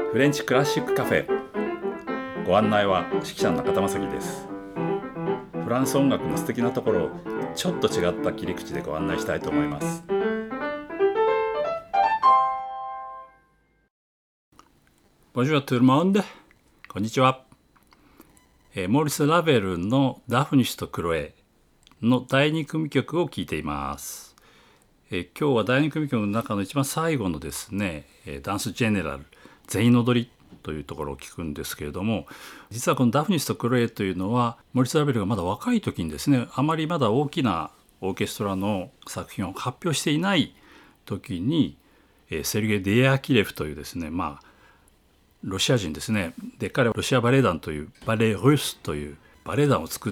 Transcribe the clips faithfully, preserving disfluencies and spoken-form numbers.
フレンチクラシックカフェ。ご案内は指揮者の中田正樹です。フランス音楽の素敵なところをちょっと違った切り口でご案内したいと思います。Bonjour tout le monde。こんにちは。えー、モーリス・ラヴェルのダフニスとクロエのだいに組曲を聴いています。えー、今日はだいに組曲の中の一番最後のですね、ダンスジェネラル、全員の踊りというところを聞くんですけれども、実はこのダフニスとクロエというのはモーリス・ラヴェルがまだ若い時にですね、あまりまだ大きなオーケストラの作品を発表していない時に、えー、セルゲイ・ディアキレフというですね、まあロシア人ですね。で彼はロシアバレエ団というバレエ・ルースというバレエ団を作って、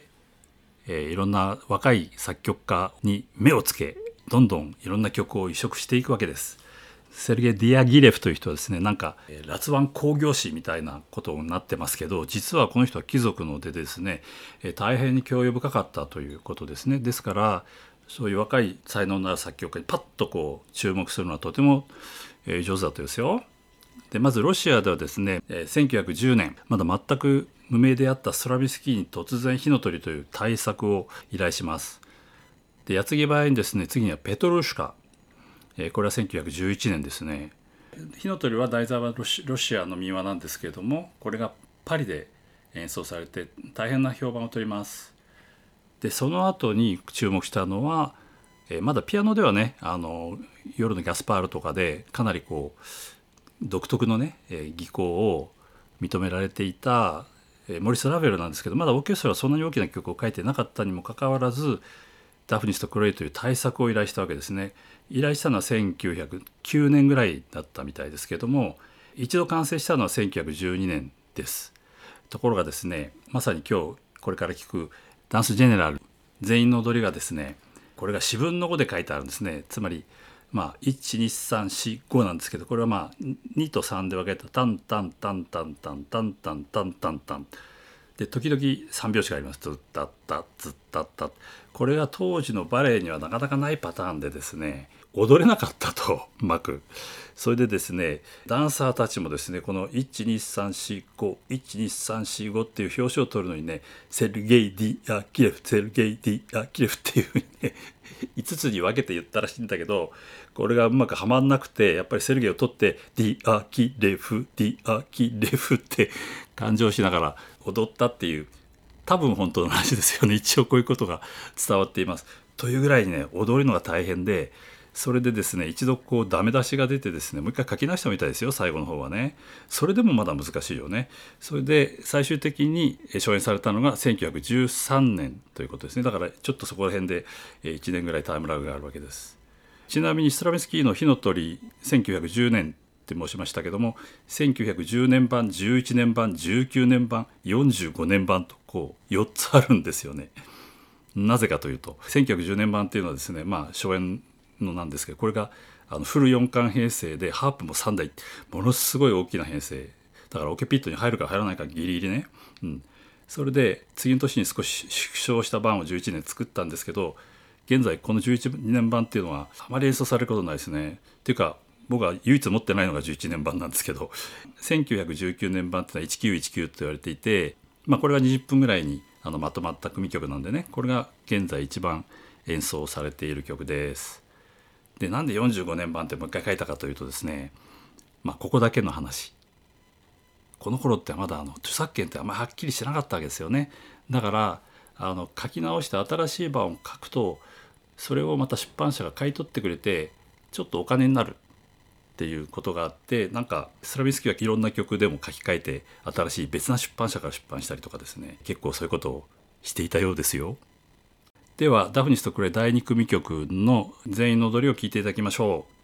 えー、いろんな若い作曲家に目をつけ、どんどんいろんな曲を移植していくわけです。セルゲイ・ディアギレフという人はですね、なんかラツワン興行師みたいなことになってますけど、実はこの人は貴族の出でですね、大変に教養深かったということですね。ですからそういう若い才能のある作曲家にパッとこう注目するのはとても上手だったですよ。でまずロシアではですね、せんきゅうひゃくじゅうねんまだ全く無名であったストラヴィスキーに突然火の鳥という大作を依頼します。で矢継ぎ早にですね、次にはペトルーシュカ、これはせんきゅうひゃくじゅういちねんですね。火の鳥は題材はロシ、ロシアの民話なんですけれども、これがパリで演奏されて大変な評判を取ります。でその後に注目したのは、まだピアノではね、あの夜のギャスパールとかでかなりこう独特のね、技巧を認められていたモリス・ラヴェルなんですけど、まだオーケストラはそんなに大きな曲を書いてなかったにもかかわらず、ダフニスとクロエという大作を依頼したわけですね。依頼したのはせんきゅうひゃくきゅうねんぐらいだったみたいですけども、一度完成したのはせんきゅうひゃくじゅうにねんです。ところがですね、まさに今日これから聞くダンスジェネラル、全員の踊りがですね、これが四分のごで書いてあるんですね。つまりまあ、いちにさんしごなんですけど、これはまあにとさんで分けたタンタンタンタンタンタンタンタンタンタンで、時々さん拍子があります。ズッタッタズッタッタ。これが当時のバレエにはなかなかないパターンでですね、踊れなかったとうまく。それでですね、ダンサーたちもですね、このいちにさんしご いちにさんしごっていう表紙を取るのにね、セルゲイ・ディアキレフセルゲイ・ディアキレフっていうふうにねいつつに分けて言ったらしいんだけど、これがうまくはまんなくて、やっぱりセルゲイを取ってディアキレフディアキレフって感情しながら踊ったっていう、多分本当の話ですよね。一応こういうことが伝わっています。というぐらいにね、踊るのが大変で、それでですね、一度こうダメ出しが出てですね、もう一回書き直したみたいですよ、最後の方はね。それでもまだ難しいよね。それで最終的に初演されたのがせんきゅうひゃくじゅうさんねんということですね。だからちょっとそこら辺でいちねんぐらいタイムラグがあるわけです。ちなみにストラヴィンスキーの火の鳥せんきゅうひゃくじゅうねんって申しましたけども、せんきゅうひゃくじゅうねん版、じゅういちねん版、じゅうきゅうねん版、よんじゅうごねん版とこうよっつあるんですよね。なぜかというと、せんきゅうひゃくじゅうねん版っていうのはですね、まあ初演のなんですけど、これがあのフルよんかん編成でハープもさんだい、ものすごい大きな編成だから、オケピットに入るか入らないかギリギリね、うん、それで次の年に少し縮小した版をじゅういちねん作ったんですけど、現在このじゅういちねん版っていうのはあまり演奏されることないですね。っていうか僕が唯一持ってないのがじゅういちねん版なんですけど、せんきゅうひゃくじゅうきゅうねん版っていうのはせんきゅうひゃくじゅうきゅうと言われていて、まあ、これがにじゅっぷんぐらいにあのまとまった組曲なんでね、これが現在一番演奏されている曲です。でなんでよんじゅうごねん版ってもう一回書いたかというとですね、まあここだけの話、この頃ってまだあの著作権ってあんまりはっきりしてなかったわけですよね。だからあの書き直して新しい版を書くと、それをまた出版社が買い取ってくれてちょっとお金になるっていうことがあって、なんかストラヴィンスキーはいろんな曲でも書き換えて新しい別な出版社から出版したりとかですね、結構そういうことをしていたようですよ。ではダフニスとクロエだいに組曲の全員の踊りを聴いていただきましょう。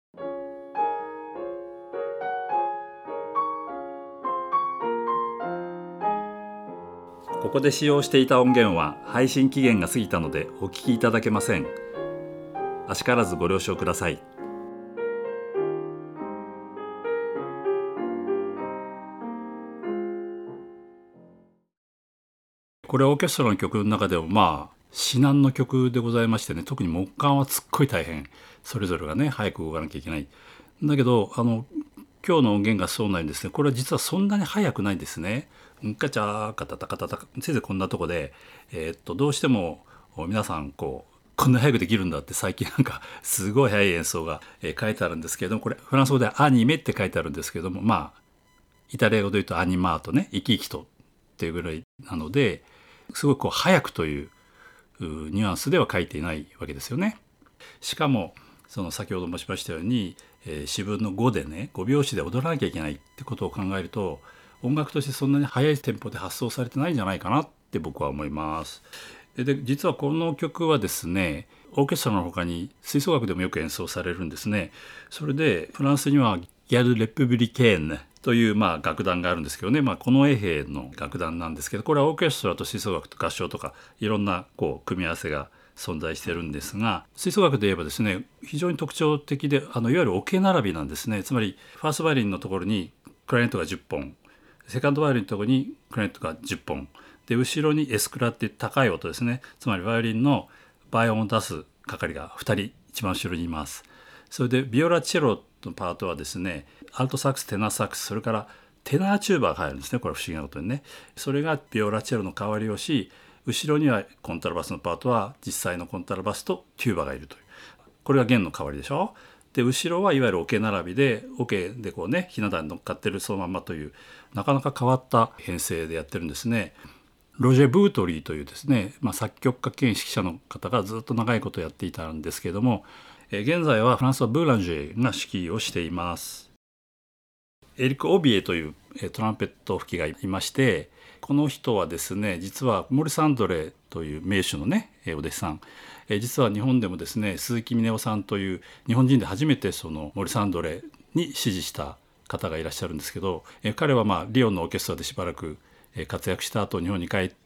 ここで使用していた音源は配信期限が過ぎたのでお聞きいただけません。あしからずご了承ください。これはオーケストラの曲の中でもまあ至難の曲でございましてね、特に木管はすっごい大変、それぞれがね早く動かなきゃいけない。だけどあの今日の音源がそうなんですね。これは実はそんなに速くないんですね。うんかちゃーかたたかたたかせいぜいこんなとこで、えーっとどうしても皆さんこうこんな早くできるんだって最近なんかすごい速い演奏が、えー書いてあるんですけれども、これフランス語でアニメって書いてあるんですけれども、まあイタリア語で言うとアニマートね、生き生きとっていうぐらいなので、すごいこう早くといううニュアンスでは書いていないわけですよね。しかもその先ほど申しましたように、えー、四分のごでねご拍子で踊らなきゃいけないってことを考えると、音楽としてそんなに速いテンポで発想されてないんじゃないかなって僕は思います。で実はこの曲はですね、オーケストラの他に吹奏楽でもよく演奏されるんですね。それでフランスにはギャル・レプブリケーヌというまあ楽団があるんですけどね、まあ、この衛兵の楽団なんですけど、これはオーケストラと吹奏楽と合唱とかいろんなこう組み合わせが存在してるんですが、吹奏楽で言えばですね、非常に特徴的で、あのいわゆるオケ並びなんですね。つまりファーストバイオリンのところにクラリネットがじゅっぽん、セカンドバイオリンのところにクラリネットがじゅっぽんで、後ろにエスクラっていう高い音ですね、つまりバイオリンの倍音を出す係がふたり一番後ろにいます。それでビオラチェロのパートはですね、アルトサックス、テナーサックス、それからテナーチューバーが入るんですね。これは不思議なことにね、それがビオラチェロの代わりをし、後ろにはコントラバスのパートは実際のコントラバスとテューバがいるという、これが弦の代わりでしょ。で後ろはいわゆるオケ並びで、オケでこうねひな壇に乗っかってるそのまんまという、なかなか変わった編成でやってるんですね。ロジェ・ブートリーというですね、まあ、作曲家兼指揮者の方がずっと長いことやっていたんですけれども、え現在はフランスはブーランジェが指揮をしています。エリック・オビエというトランペット吹きがいまして、この人はですね、実はモリス・アンドレという名手のねお弟子さん、実は日本でもですね、鈴木峰夫さんという日本人で初めてそのモリス・アンドレに師事した方がいらっしゃるんですけど、彼はまあリオンのオーケストラでしばらく活躍した後日本に帰って、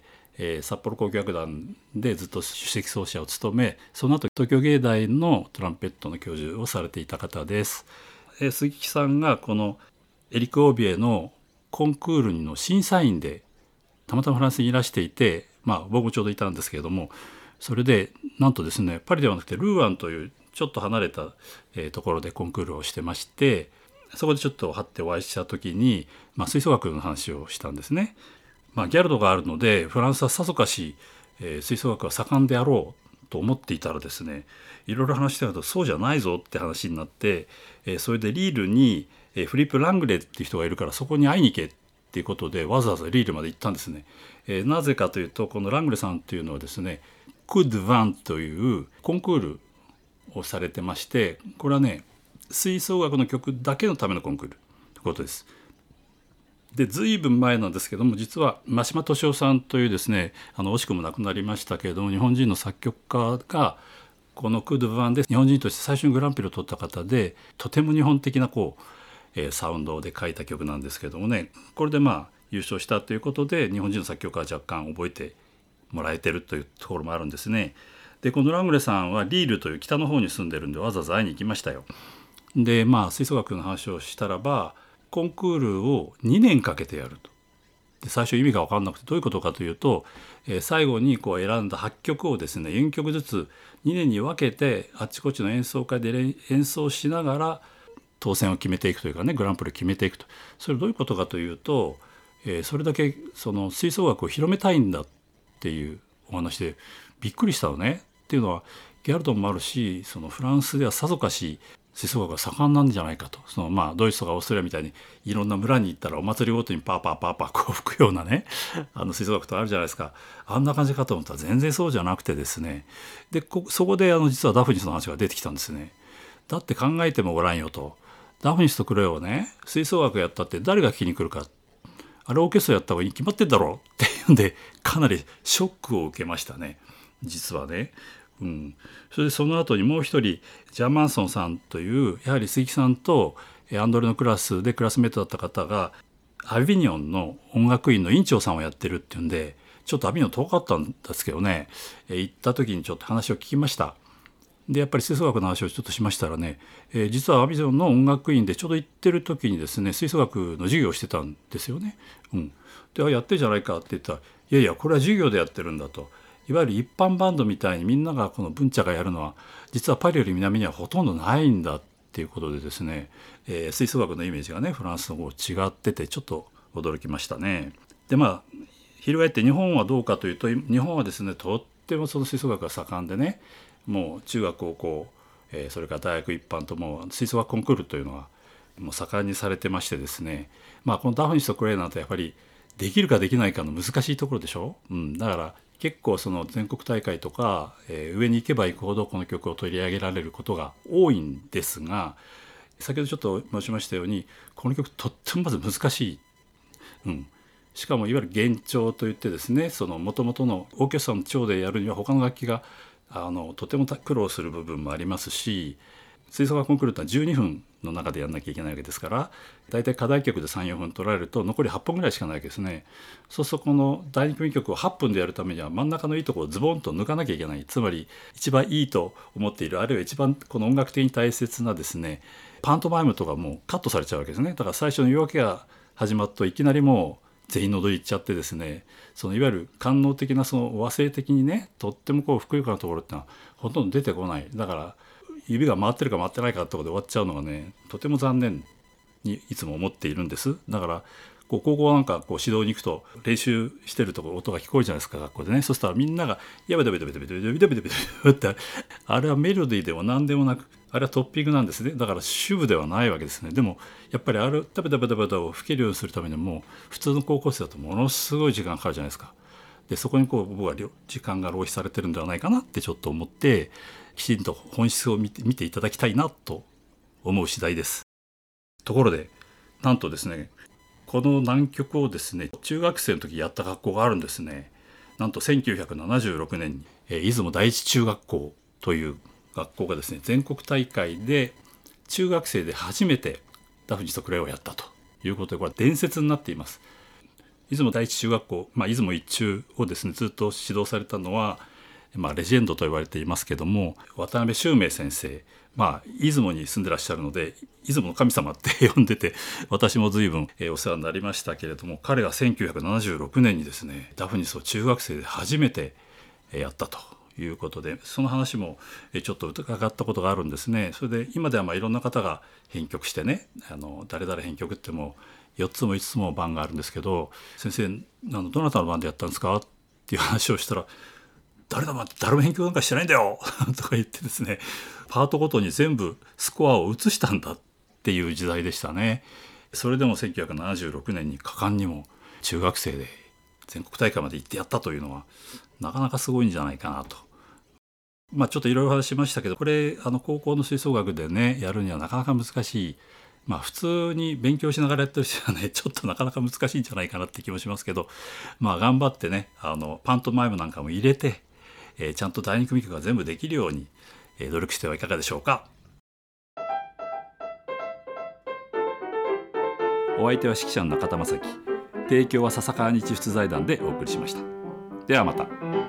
えー、札幌交響楽団でずっと首席奏者を務め、その後東京芸大のトランペットの教授をされていた方です。えー、鈴木さんがこのエリック・オービエのコンクールの審査員でたまたまフランスにいらしていて、まあ僕もちょうどいたんですけれども、それでなんとですね、パリではなくてルーアンというちょっと離れた、えー、ところでコンクールをしてまして、そこでちょっと会ってお会いした時に、まあ、吹奏楽の話をしたんですね。まあ、ギャルドがあるのでフランスはさぞかし、えー、吹奏楽は盛んであろうと思っていたらですね、いろいろ話してるとそうじゃないぞって話になって、えー、それでリールに、えー、フリップ・ラングレーっていう人がいるからそこに会いに行けっていうことでわざわざリールまで行ったんですね。えー、なぜかというと、このラングレーさんっていうのはですね、クッド・ヴァンというコンクールをされてまして、これはね吹奏楽の曲だけのためのコンクールということです。で随分前なんですけども、実は真島敏夫さんというですね、あの惜しくも亡くなりましたけれども日本人の作曲家がこのクードゥヴァンで日本人として最初にグランプリを取った方で、とても日本的なこう、えー、サウンドで書いた曲なんですけどもね、これでまあ優勝したということで日本人の作曲家は若干覚えてもらえてるというところもあるんですね。でこのラングレさんはリールという北の方に住んでるんでわざわざ会いに行きましたよ。でまあ吹奏楽の話をしたらば、コンクールをにねんかけてやると。で最初意味が分かんなくて、どういうことかというと、えー、最後にこう選んだはちきょくをですねよんきょくずつにねんに分けてあっちこっちの演奏会で演奏しながら当選を決めていくというかね、グランプリを決めていくと。それどういうことかというと、えー、それだけその吹奏楽を広めたいんだっていうお話でびっくりしたのね。っていうのはギャルドンもあるし、そのフランスではさぞかし吹奏楽が盛んなんじゃないかと。そのまあドイツとかオーストラリアみたいにいろんな村に行ったらお祭りごとにパーパーパーパーこう吹くようなねあの吹奏楽とあるじゃないですか。あんな感じかと思ったら全然そうじゃなくてですね、でこそこであの実はダフニスの話が出てきたんですね。だって考えてもごらんよと。ダフニスとクレオをね吹奏楽やったって誰が聴きに来るか、あれオーケストラやった方がいいに決まってんだろうっていうんで、かなりショックを受けましたね実はね。うん、それでその後にもう一人ジャン・マンソンさんというやはり鈴木さんとアンドレのクラスでクラスメートだった方がアビニョンの音楽院の院長さんをやってるっていうんで、ちょっとアビニョン遠かったんですけどね、行った時にちょっと話を聞きました。でやっぱり吹奏楽の話をちょっとしましたらね、えー、実はアビニョンの音楽院でちょうど行ってる時にですね吹奏楽の授業をしてたんですよね。うん、でやってるじゃないかって言ったら、いやいやこれは授業でやってるんだと。いわゆる一般バンドみたいにみんながこのブンチャがやるのは実はパリより南にはほとんどないんだっっていうことでですね、えー、吹奏楽のイメージがねフランスの方違っててちょっと驚きましたね。でまあ翻って日本はどうかというと、日本はですねとってもその吹奏楽が盛んでね、もう中学高校、えー、それから大学一般とも吹奏楽コンクールというのはもう盛んにされてましてですね、まあこのダフニスとクレイなんてやっぱりできるかできないかの難しいところでしょ、うん、だから結構その全国大会とか、えー、上に行けば行くほどこの曲を取り上げられることが多いんですが、先ほどちょっと申しましたようにこの曲とってもまず難しい、うん、しかもいわゆる弦調といってですね、その元々のオーケストラの調でやるには他の楽器があのとても苦労する部分もありますし、吹奏楽コンクールってのはじゅうにふんの中でやんなきゃいけないわけですから、だいたい課題曲で さん,よん 分取られると残りはっぽんぐらいしかないわけですね。そうするとこのだいに組曲をはっぷんでやるためには真ん中のいいところをズボンと抜かなきゃいけない。つまり一番いいと思っている、あるいは一番この音楽的に大切なですねパントマイムとかもうカットされちゃうわけですね。だから最初の夜明けが始まるといきなりもう全員の踊り行っちゃってですね、そのいわゆる官能的なその和声的にねとってもこうふくよかなところってのはほとんど出てこない。だから指が回ってるか回ってないかってことで終わっちゃうのがねとても残念にいつも思っているんです。だからこう高校なんかこう指導に行くと練習してるところ音が聞こえるじゃないですか、学校でね。そしたらみんなが「やべだべだべだべだべだべだべだべだべ」ってあれはメロディーでも何でもなく、あれはトッピングなんですね。だから主語ではないわけですね。でもやっぱりあれ「だべだべだべだ」を吹けるようにするためにも普通の高校生だとものすごい時間かかるじゃないですか。でそこにこう僕は時間が浪費されてるんではないかなってちょっと思って、きちんと本質を見て、見ていただきたいなと思う次第です。ところでなんとですねこの難曲をですね中学生の時やった学校があるんですね。なんとせんきゅうひゃくななじゅうろくねんに、えー、出雲第一中学校という学校がですね全国大会で中学生で初めてダフニスとクレイをやったということで、これは伝説になっています。出雲第一中学校、まあ、出雲一中をですねずっと指導されたのは、まあ、レジェンドと言われていますけども渡辺周明先生、まあ、出雲に住んでらっしゃるので出雲の神様って呼んでて私も随分お世話になりましたけれども、彼がせんきゅうひゃくななじゅうろくねんにですねダフニスを中学生で初めてやったということで、その話もちょっと伺ったことがあるんですね。それで今ではまあいろんな方が編曲してね、あの誰々編曲ってもよっつもいつつも番があるんですけど、先生あのどなたの番でやったんですかっていう話をしたら、誰だ誰も編曲なんかしてないんだよとか言ってですね、パートごとに全部スコアを移したんだっていう時代でしたね。それでもせんきゅうひゃくななじゅうろくねんに果敢にも中学生で全国大会まで行ってやったというのはなかなかすごいんじゃないかなと。まあちょっといろいろ話しましたけど、これあの高校の吹奏楽でねやるにはなかなか難しい。まあ普通に勉強しながらやってる人はねちょっとなかなか難しいんじゃないかなって気もしますけど、まあ頑張ってねあのパントマイムなんかも入れて、えー、ちゃんとだいに組曲が全部できるように、えー、努力してはいかがでしょうか。お相手は指揮者の中田正樹、提供は笹川日出財団でお送りしました。ではまた。